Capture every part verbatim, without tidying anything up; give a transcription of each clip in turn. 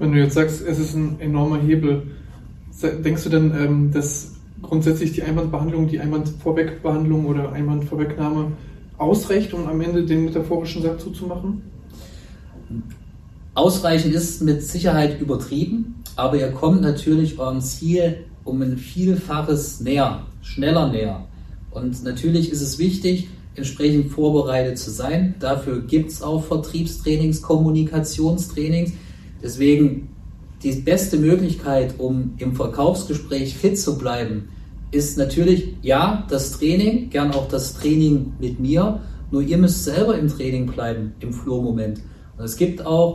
Wenn du jetzt sagst, es ist ein enormer Hebel, denkst du denn, ähm, dass grundsätzlich die Einwandbehandlung, die Einwandvorwegbehandlung oder Einwandvorwegnahme ausreicht, um am Ende den metaphorischen Sack zuzumachen? Ausreichend ist mit Sicherheit übertrieben, aber ihr kommt natürlich eurem Ziel um ein Vielfaches näher, schneller näher. Und natürlich ist es wichtig, entsprechend vorbereitet zu sein. Dafür gibt es auch Vertriebstrainings, Kommunikationstrainings. Deswegen die beste Möglichkeit, um im Verkaufsgespräch fit zu bleiben, ist natürlich, ja, das Training, gern auch das Training mit mir, nur ihr müsst selber im Training bleiben, im Flow-Moment. Und es gibt auch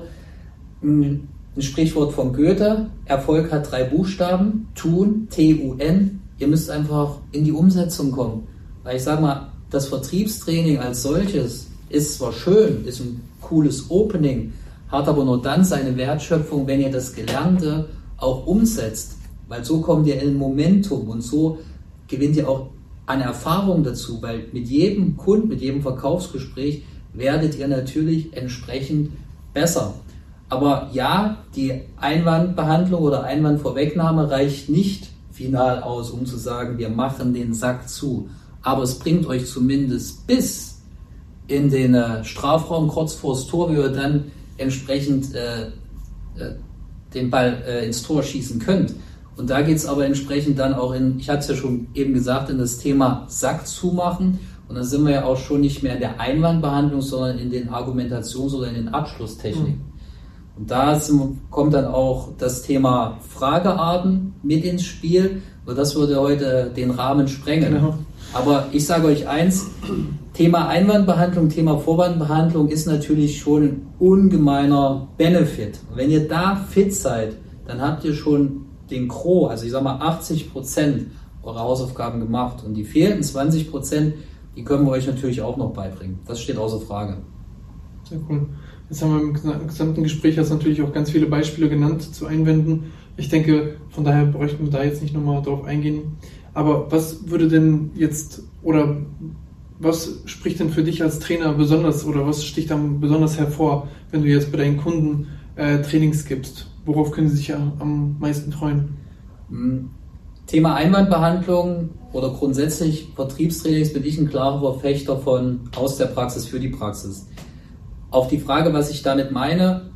ein, ein Sprichwort von Goethe, Erfolg hat drei Buchstaben, tun, T U N, ihr müsst einfach in die Umsetzung kommen. Weil ich sage mal, das Vertriebstraining als solches ist zwar schön, ist ein cooles Opening, hat aber nur dann seine Wertschöpfung, wenn ihr das Gelernte auch umsetzt. Weil so kommt ihr in Momentum und so gewinnt ihr auch an Erfahrung dazu, weil mit jedem Kunden, mit jedem Verkaufsgespräch werdet ihr natürlich entsprechend besser. Aber ja, die Einwandbehandlung oder Einwandvorwegnahme reicht nicht final aus, um zu sagen, wir machen den Sack zu. Aber es bringt euch zumindest bis in den äh, Strafraum kurz vors Tor, wie ihr dann entsprechend äh, äh, den Ball äh, ins Tor schießen könnt. Und da geht es aber entsprechend dann auch in, ich hatte es ja schon eben gesagt, in das Thema Sack zumachen. Und dann sind wir ja auch schon nicht mehr in der Einwandbehandlung, sondern in den Argumentations- oder in den Abschlusstechniken. Mhm. Und da kommt dann auch das Thema Fragearten mit ins Spiel. Und das würde heute den Rahmen sprengen. Genau. Aber ich sage euch eins, Thema Einwandbehandlung, Thema Vorwandbehandlung ist natürlich schon ein ungemeiner Benefit. Und wenn ihr da fit seid, dann habt ihr schon den Gros, also ich sage mal achtzig Prozent eurer Hausaufgaben gemacht. Und die fehlenden zwanzig Prozent, die können wir euch natürlich auch noch beibringen. Das steht außer Frage. Sehr cool. Jetzt haben wir im gesamten Gespräch jetzt natürlich auch ganz viele Beispiele genannt zu Einwänden. Ich denke, von daher bräuchten wir da jetzt nicht nochmal drauf eingehen. Aber was würde denn jetzt, oder was spricht denn für dich als Trainer besonders, oder was sticht dann besonders hervor, wenn du jetzt bei deinen Kunden äh, Trainings gibst? Worauf können sie sich am, am meisten freuen? Thema Einwandbehandlung oder grundsätzlich Vertriebstrainings bin ich ein klarer Verfechter von aus der Praxis für die Praxis. Auf die Frage, was ich damit meine,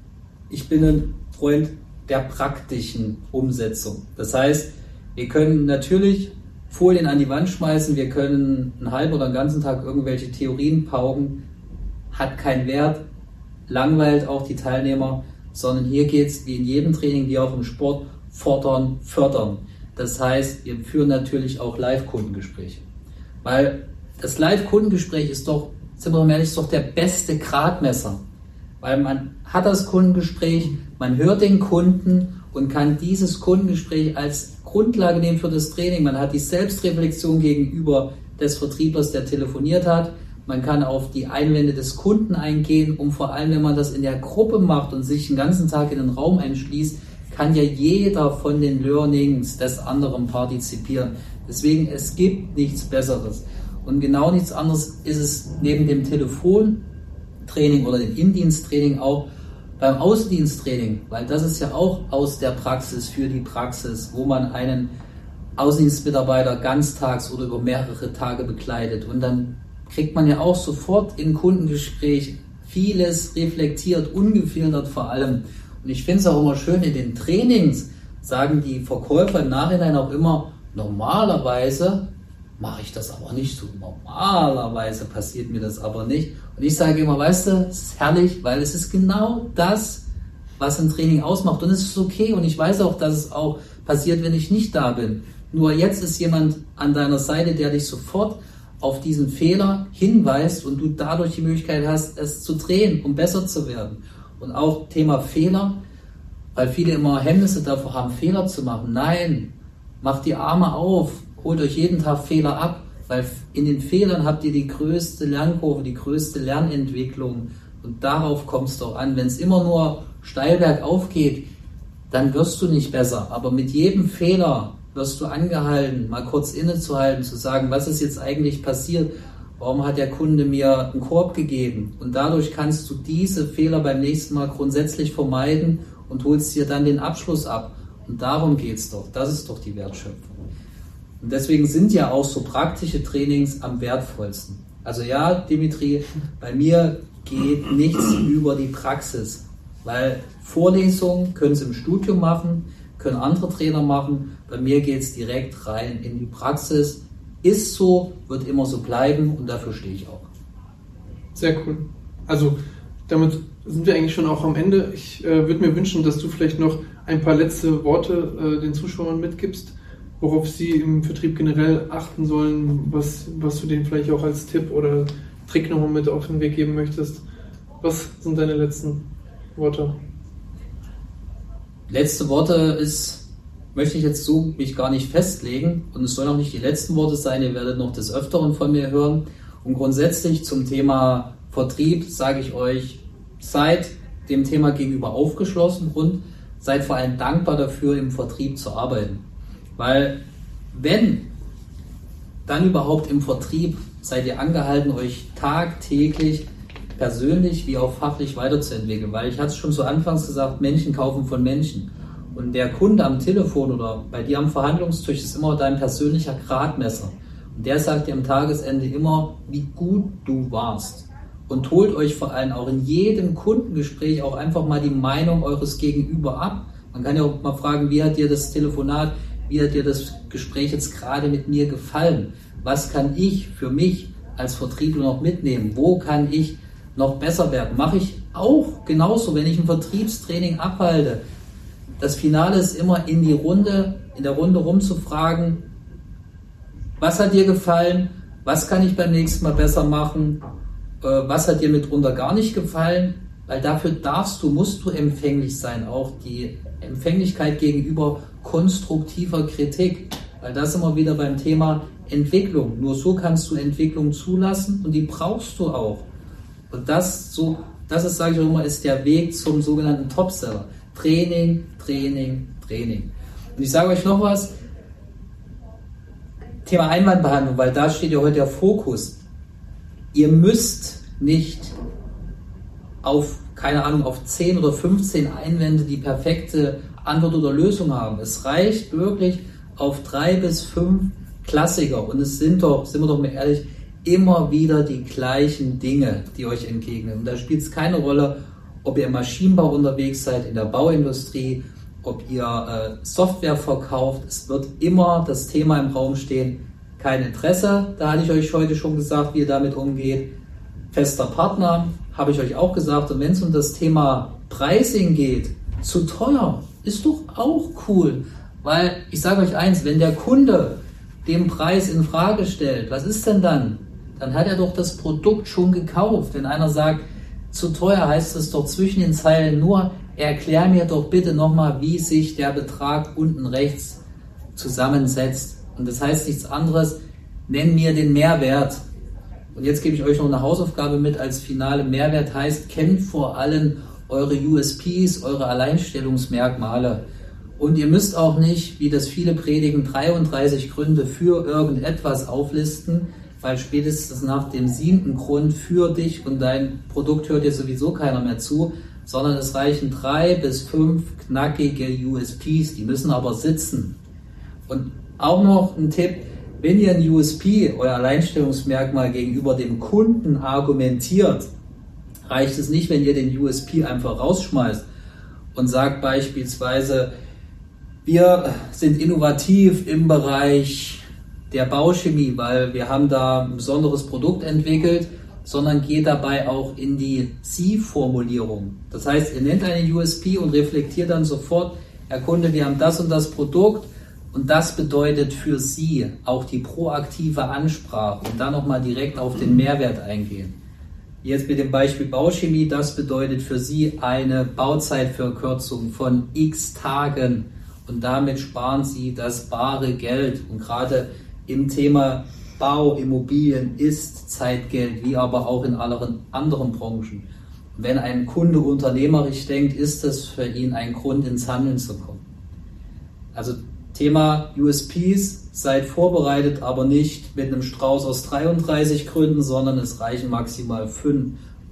ich bin ein Freund der praktischen Umsetzung. Das heißt, wir können natürlich Folien an die Wand schmeißen, wir können einen halben oder einen ganzen Tag irgendwelche Theorien pauken, hat keinen Wert, langweilt auch die Teilnehmer, sondern hier geht es wie in jedem Training, wie auch im Sport, fordern, fördern. Das heißt, wir führen natürlich auch Live-Kundengespräche. Weil das Live-Kundengespräch ist doch, sind wir mal ehrlich, ist doch der beste Gradmesser. Weil man hat das Kundengespräch, man hört den Kunden und kann dieses Kundengespräch als Grundlage nehmen für das Training. Man hat die Selbstreflexion gegenüber des Vertrieblers, der telefoniert hat. Man kann auf die Einwände des Kunden eingehen und vor allem, wenn man das in der Gruppe macht und sich den ganzen Tag in den Raum einschließt, kann ja jeder von den Learnings des anderen partizipieren. Deswegen, es gibt nichts Besseres. Und genau nichts anderes ist es neben dem Telefontraining oder dem Indiensttraining auch beim Außendiensttraining, weil das ist ja auch aus der Praxis für die Praxis, wo man einen Außendienstmitarbeiter ganztags oder über mehrere Tage begleitet. Und dann kriegt man ja auch sofort im Kundengespräch vieles reflektiert, ungefiltert vor allem. Und ich finde es auch immer schön, in den Trainings sagen die Verkäufer im Nachhinein auch immer, normalerweise mache ich das aber nicht so. Normalerweise passiert mir das aber nicht. Und ich sage immer, weißt du, es ist herrlich, weil es ist genau das, was ein Training ausmacht. Und es ist okay. Und ich weiß auch, dass es auch passiert, wenn ich nicht da bin. Nur jetzt ist jemand an deiner Seite, der dich sofort auf diesen Fehler hinweist und du dadurch die Möglichkeit hast, es zu drehen, um besser zu werden. Und auch Thema Fehler, weil viele immer Hemmnisse davor haben, Fehler zu machen. Nein, macht die Arme auf, holt euch jeden Tag Fehler ab, weil in den Fehlern habt ihr die größte Lernkurve, die größte Lernentwicklung. Und darauf kommt es doch an. Wenn es immer nur steil bergauf geht, dann wirst du nicht besser. Aber mit jedem Fehler wirst du angehalten, mal kurz innezuhalten, zu sagen, was ist jetzt eigentlich passiert? Warum hat der Kunde mir einen Korb gegeben? Und dadurch kannst du diese Fehler beim nächsten Mal grundsätzlich vermeiden und holst dir dann den Abschluss ab. Und darum geht es doch. Das ist doch die Wertschöpfung. Und deswegen sind ja auch so praktische Trainings am wertvollsten. Also ja, Dimitri, bei mir geht nichts über die Praxis, weil Vorlesungen können Sie im Studium machen, können andere Trainer machen. Bei mir geht es direkt rein in die Praxis. Ist so, wird immer so bleiben und dafür stehe ich auch. Sehr cool. Also damit sind wir eigentlich schon auch am Ende. Ich äh, würde mir wünschen, dass du vielleicht noch ein paar letzte Worte äh, den Zuschauern mitgibst, worauf sie im Vertrieb generell achten sollen, was, was du denen vielleicht auch als Tipp oder Trick nochmal mit auf den Weg geben möchtest. Was sind deine letzten Worte? Letzte Worte ist, möchte ich jetzt so mich gar nicht festlegen und es sollen auch nicht die letzten Worte sein, ihr werdet noch des Öfteren von mir hören. Und grundsätzlich zum Thema Vertrieb sage ich euch, seid dem Thema gegenüber aufgeschlossen und seid vor allem dankbar dafür, im Vertrieb zu arbeiten. Weil wenn, dann überhaupt im Vertrieb seid ihr angehalten, euch tagtäglich persönlich wie auch fachlich weiterzuentwickeln. Weil ich hatte es schon zu Anfangs gesagt, Menschen kaufen von Menschen. Und der Kunde am Telefon oder bei dir am Verhandlungstisch ist immer dein persönlicher Gradmesser. Und der sagt dir am Tagesende immer, wie gut du warst. Und holt euch vor allem auch in jedem Kundengespräch auch einfach mal die Meinung eures Gegenüber ab. Man kann ja auch mal fragen, wie hat dir das Telefonat, wie hat dir das Gespräch jetzt gerade mit mir gefallen? Was kann ich für mich als Vertriebler noch mitnehmen? Wo kann ich noch besser werden? Mache ich auch genauso, wenn ich ein Vertriebstraining abhalte. Das Finale ist immer in die Runde, in der Runde rumzufragen, was hat dir gefallen? Was kann ich beim nächsten Mal besser machen? Was hat dir mitunter gar nicht gefallen? Weil dafür darfst du, musst du empfänglich sein, auch die Empfänglichkeit gegenüber konstruktiver Kritik. Weil das immer wieder beim Thema Entwicklung. Nur so kannst du Entwicklung zulassen und die brauchst du auch. Und das, so, das ist, sage ich auch immer, ist der Weg zum sogenannten Topseller. Training, Training, Training. Und ich sage euch noch was, Thema Einwandbehandlung, weil da steht ja heute der Fokus. Ihr müsst nicht auf, keine Ahnung, auf zehn oder fünfzehn Einwände die perfekte Antwort oder Lösung haben. Es reicht wirklich auf drei bis fünf Klassiker. Und es sind doch, sind wir doch mal ehrlich, immer wieder die gleichen Dinge, die euch entgegnen. Und da spielt es keine Rolle, ob ihr im Maschinenbau unterwegs seid, in der Bauindustrie, ob ihr äh, Software verkauft. Es wird immer das Thema im Raum stehen, kein Interesse. Da hatte ich euch heute schon gesagt, wie ihr damit umgeht. Fester Partner, habe ich euch auch gesagt. Und wenn es um das Thema Pricing geht, zu teuer, ist doch auch cool. Weil ich sage euch eins, wenn der Kunde den Preis in Frage stellt, was ist denn dann? Dann hat er doch das Produkt schon gekauft. Wenn einer sagt, zu teuer, heißt es doch zwischen den Zeilen nur, erklär mir doch bitte nochmal, wie sich der Betrag unten rechts zusammensetzt. Und das heißt nichts anderes, nenn mir den Mehrwert. Und jetzt gebe ich euch noch eine Hausaufgabe mit als finale Mehrwert, heißt, kennt vor allem eure U S Ps, eure Alleinstellungsmerkmale. Und ihr müsst auch nicht, wie das viele predigen, dreiunddreißig Gründe für irgendetwas auflisten, weil spätestens nach dem siebten Grund für dich und dein Produkt hört dir sowieso keiner mehr zu, sondern es reichen drei bis fünf knackige U S Ps, die müssen aber sitzen. Und auch noch ein Tipp, wenn ihr ein U S P, euer Alleinstellungsmerkmal gegenüber dem Kunden argumentiert, reicht es nicht, wenn ihr den U S P einfach rausschmeißt und sagt beispielsweise, wir sind innovativ im Bereich der Bauchemie, weil wir haben da ein besonderes Produkt entwickelt, sondern geht dabei auch in die Sie-Formulierung. Das heißt, ihr nennt einen U S P und reflektiert dann sofort, Herr Kunde, wir haben das und das Produkt und das bedeutet für Sie auch die proaktive Ansprache und dann nochmal direkt auf den Mehrwert eingehen. Jetzt mit dem Beispiel Bauchemie, das bedeutet für Sie eine Bauzeitverkürzung von x Tagen und damit sparen Sie das bare Geld. Und gerade im Thema Bau, Immobilien ist Zeitgeld, wie aber auch in anderen, anderen Branchen. Wenn ein Kunde unternehmerisch denkt, ist das für ihn ein Grund, ins Handeln zu kommen. Also Thema U S Ps, seid vorbereitet, aber nicht mit einem Strauß aus dreiunddreißig Gründen, sondern es reichen maximal fünf,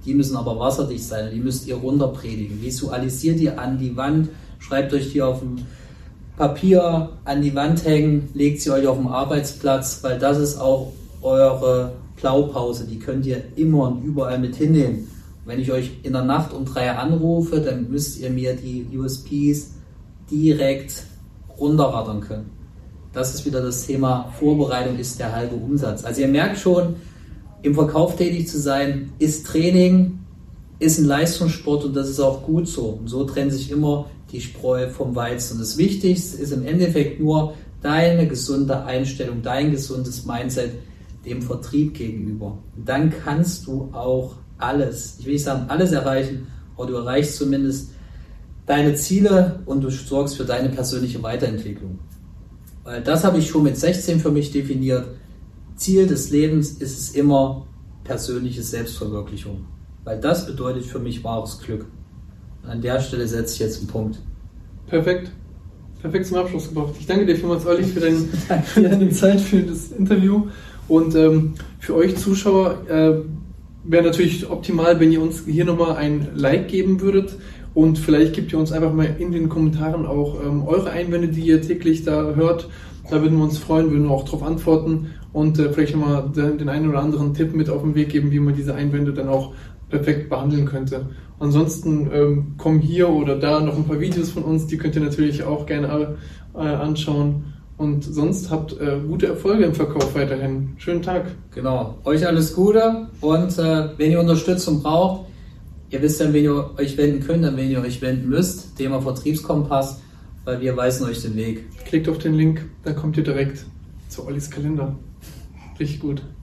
Die müssen aber wasserdicht sein, die müsst ihr runterpredigen. Visualisiert ihr an die Wand, schreibt euch die auf dem Papier an die Wand hängen, legt sie euch auf dem Arbeitsplatz, weil das ist auch eure Blaupause, die könnt ihr immer und überall mit hinnehmen. Wenn ich euch in der Nacht um drei anrufe, dann müsst ihr mir die U S Ps direkt runterrattern können. Das ist wieder das Thema Vorbereitung ist der halbe Umsatz. Also ihr merkt schon, im Verkauf tätig zu sein, ist Training, ist ein Leistungssport und das ist auch gut so. Und so trennt sich immer die Spreu vom Weizen. Und das Wichtigste ist im Endeffekt nur deine gesunde Einstellung, dein gesundes Mindset dem Vertrieb gegenüber. Und dann kannst du auch alles, ich will nicht sagen alles erreichen, aber du erreichst zumindest deine Ziele und du sorgst für deine persönliche Weiterentwicklung. Weil das habe ich schon mit sechzehn für mich definiert. Ziel des Lebens ist es immer persönliche Selbstverwirklichung. Weil das bedeutet für mich wahres Glück. Und an der Stelle setze ich jetzt einen Punkt. Perfekt. Perfekt zum Abschluss gebracht. Ich danke dir vielmals, Olli, für, dein, für deine Zeit, für das Interview. Und ähm, für euch Zuschauer äh, wäre natürlich optimal, wenn ihr uns hier nochmal ein Like geben würdet. Und vielleicht gebt ihr uns einfach mal in den Kommentaren auch ähm, eure Einwände, die ihr täglich da hört. Da würden wir uns freuen, würden wir auch darauf antworten und äh, vielleicht nochmal den, den einen oder anderen Tipp mit auf den Weg geben, wie man diese Einwände dann auch perfekt behandeln könnte. Ansonsten ähm, kommen hier oder da noch ein paar Videos von uns, die könnt ihr natürlich auch gerne äh, anschauen. Und sonst habt äh, gute Erfolge im Verkauf weiterhin. Schönen Tag. Genau, euch alles Gute und äh, wenn ihr Unterstützung braucht, ihr wisst dann, wen ihr euch wenden könnt, an wen ihr euch wenden müsst. Thema Vertriebskompass, weil wir weisen euch den Weg. Klickt auf den Link, dann kommt ihr direkt zu Ollis Kalender. Richtig gut.